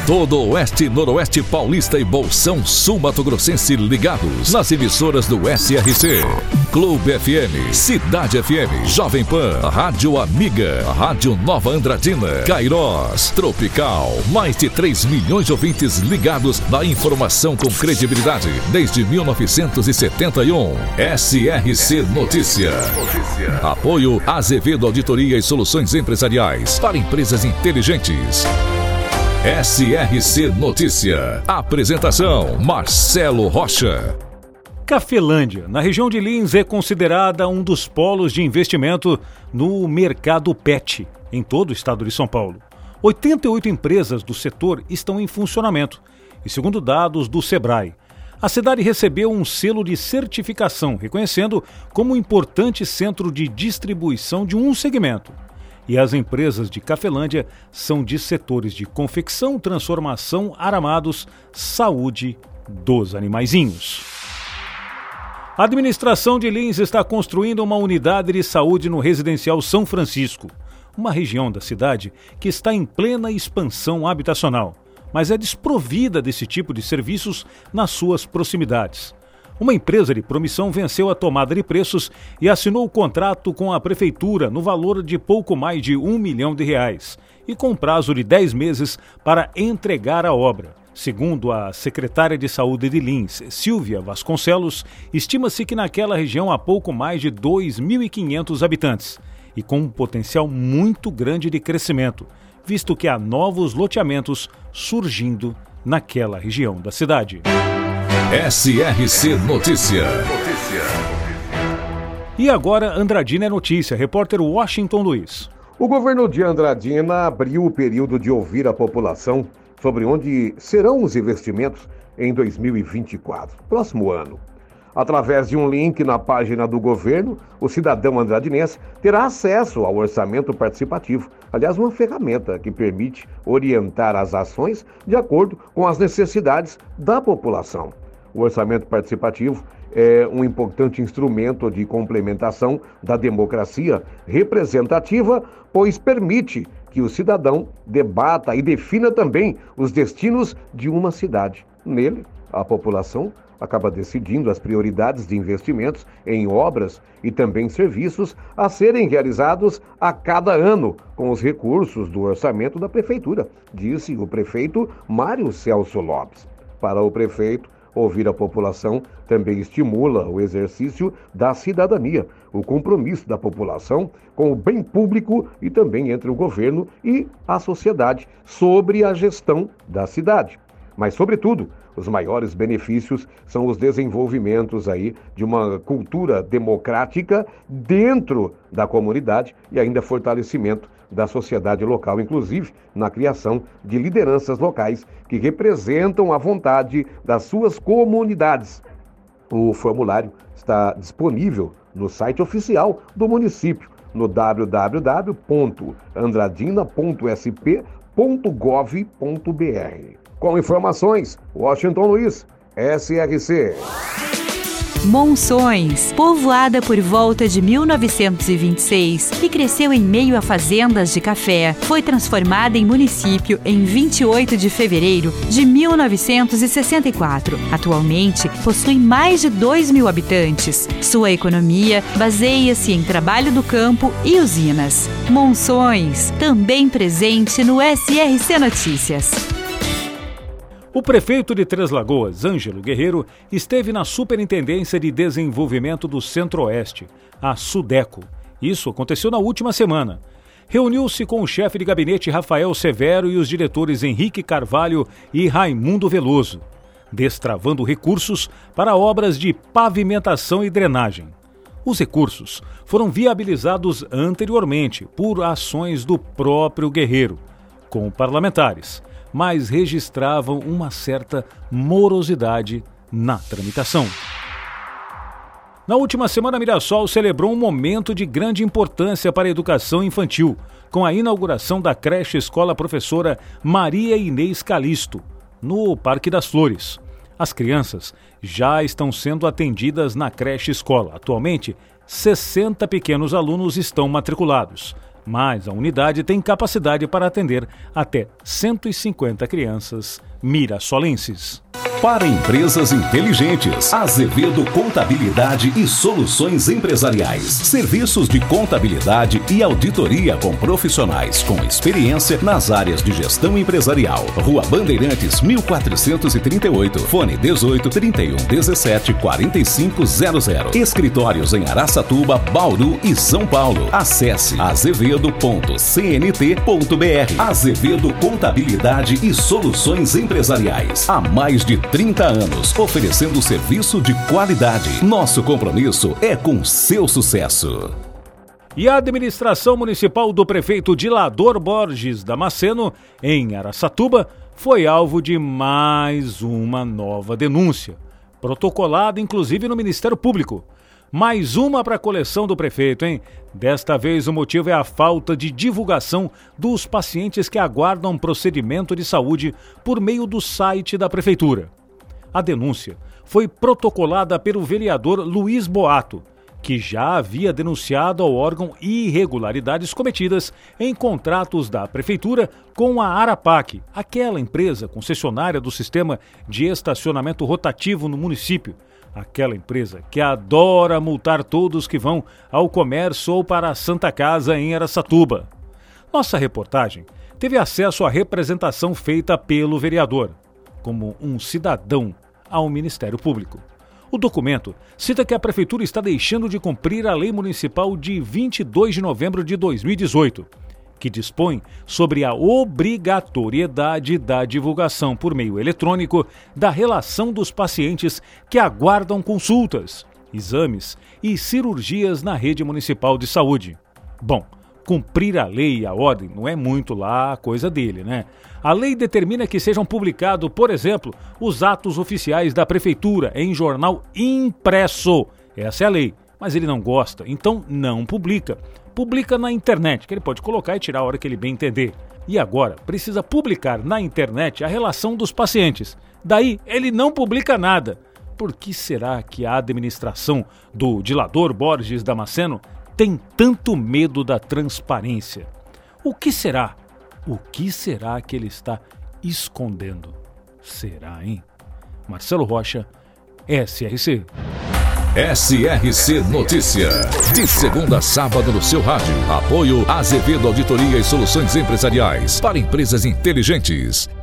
Todo o Oeste, Noroeste Paulista e Bolsão Sul Mato Grossense ligados nas emissoras do SRC. Clube FM, Cidade FM, Jovem Pan, Rádio Amiga, Rádio Nova Andradina, Cairós, Tropical. Mais de 3 milhões de ouvintes ligados na informação com credibilidade desde 1971. SRC Notícia. Apoio Azevedo Auditoria e Soluções Empresariais para empresas inteligentes. SRC Notícia. Apresentação: Marcelo Rocha. Cafelândia, na região de Lins, é considerada um dos polos de investimento no mercado pet em todo o estado de São Paulo. 88 empresas do setor estão em funcionamento e, segundo dados do Sebrae, a cidade recebeu um selo de certificação, reconhecendo como um importante centro de distribuição de um segmento. E as empresas de Cafelândia são de setores de confecção, transformação, aramados, saúde dos animaizinhos. A administração de Lins está construindo uma unidade de saúde no residencial São Francisco, uma região da cidade que está em plena expansão habitacional, mas é desprovida desse tipo de serviços nas suas proximidades. Uma empresa de promissão venceu a tomada de preços e assinou o contrato com a prefeitura no valor de pouco mais de R$1 milhão e com prazo de 10 meses para entregar a obra. Segundo a secretária de Saúde de Lins, Silvia Vasconcelos, estima-se que naquela região há pouco mais de 2.500 habitantes e com um potencial muito grande de crescimento, visto que há novos loteamentos surgindo naquela região da cidade. SRC Notícia. E agora Andradina é notícia, repórter Washington Luiz. O governo de Andradina abriu o período de ouvir a população sobre onde serão os investimentos em 2024, próximo ano. Através de um link na página do governo, o cidadão andradinense terá acesso ao orçamento participativo, aliás, uma ferramenta que permite orientar as ações de acordo com as necessidades da população. O orçamento participativo é um importante instrumento de complementação da democracia representativa, pois permite que o cidadão debata e defina também os destinos de uma cidade. Nele, a população acaba decidindo as prioridades de investimentos em obras e também serviços a serem realizados a cada ano com os recursos do orçamento da prefeitura, disse o prefeito Mário Celso Lopes. Para o prefeito, ouvir a população também estimula o exercício da cidadania, o compromisso da população com o bem público e também entre o governo e a sociedade sobre a gestão da cidade. Mas, sobretudo, os maiores benefícios são os desenvolvimentos aí de uma cultura democrática dentro da comunidade e ainda fortalecimento da sociedade local, inclusive na criação de lideranças locais que representam a vontade das suas comunidades. O formulário está disponível no site oficial do município, no www.andradina.sp.gov.br. Com informações, Washington Luiz, SRC. Monções, povoada por volta de 1926 e cresceu em meio a fazendas de café, foi transformada em município em 28 de fevereiro de 1964. Atualmente, possui mais de 2.000 habitantes. Sua economia baseia-se em trabalho do campo e usinas. Monções, também presente no SRC Notícias. O prefeito de Três Lagoas, Ângelo Guerreiro, esteve na Superintendência de Desenvolvimento do Centro-Oeste, a SUDECO. Isso aconteceu na última semana. Reuniu-se com o chefe de gabinete Rafael Severo e os diretores Henrique Carvalho e Raimundo Veloso, destravando recursos para obras de pavimentação e drenagem. Os recursos foram viabilizados anteriormente por ações do próprio Guerreiro, com parlamentares, mas registravam uma certa morosidade na tramitação. Na última semana, Mirassol celebrou um momento de grande importância para a educação infantil, com a inauguração da creche Escola Professora Maria Inês Calisto, no Parque das Flores. As crianças já estão sendo atendidas na creche escola. Atualmente, 60 pequenos alunos estão matriculados. mas a unidade tem capacidade para atender até 150 crianças mirassolenses. Para empresas inteligentes, Azevedo Contabilidade e Soluções Empresariais. Serviços de contabilidade e auditoria com profissionais com experiência nas áreas de gestão empresarial. Rua Bandeirantes, 1438. Fone 18 31 17 4500. Escritórios em Araçatuba, Bauru e São Paulo. Acesse azevedo.cnt.br. Azevedo Contabilidade e Soluções Empresariais. Há mais de 30 anos, oferecendo serviço de qualidade. Nosso compromisso é com seu sucesso. E a administração municipal do prefeito Dilador Borges Damasceno, em Araçatuba, foi alvo de mais uma nova denúncia, protocolada inclusive no Ministério Público. Mais uma para a coleção do prefeito, hein? Desta vez o motivo é a falta de divulgação dos pacientes que aguardam procedimento de saúde por meio do site da prefeitura. A denúncia foi protocolada pelo vereador Luiz Boato, que já havia denunciado ao órgão irregularidades cometidas em contratos da prefeitura com a Arapac, aquela empresa concessionária do sistema de estacionamento rotativo no município. Aquela empresa que adora multar todos que vão ao comércio ou para a Santa Casa em Araçatuba. Nossa reportagem teve acesso à representação feita pelo vereador, como um cidadão, ao Ministério Público. O documento cita que a Prefeitura está deixando de cumprir a Lei Municipal de 22 de novembro de 2018, que dispõe sobre a obrigatoriedade da divulgação por meio eletrônico da relação dos pacientes que aguardam consultas, exames e cirurgias na rede municipal de saúde. Bom, cumprir a lei e a ordem não é muito lá a coisa dele, né? A lei determina que sejam publicados, por exemplo, os atos oficiais da prefeitura em jornal impresso. Essa é a lei, mas ele não gosta, então não publica. Publica na internet, que ele pode colocar e tirar a hora que ele bem entender. E agora precisa publicar na internet a relação dos pacientes. Daí ele não publica nada. Por que será que a administração do Dilador Borges Damasceno tem tanto medo da transparência? O que será? O que será que ele está escondendo? Será, hein? Marcelo Rocha, SRC. SRC Notícia. De segunda a sábado no seu rádio. Apoio Azevedo Auditoria e Soluções Empresariais para empresas inteligentes.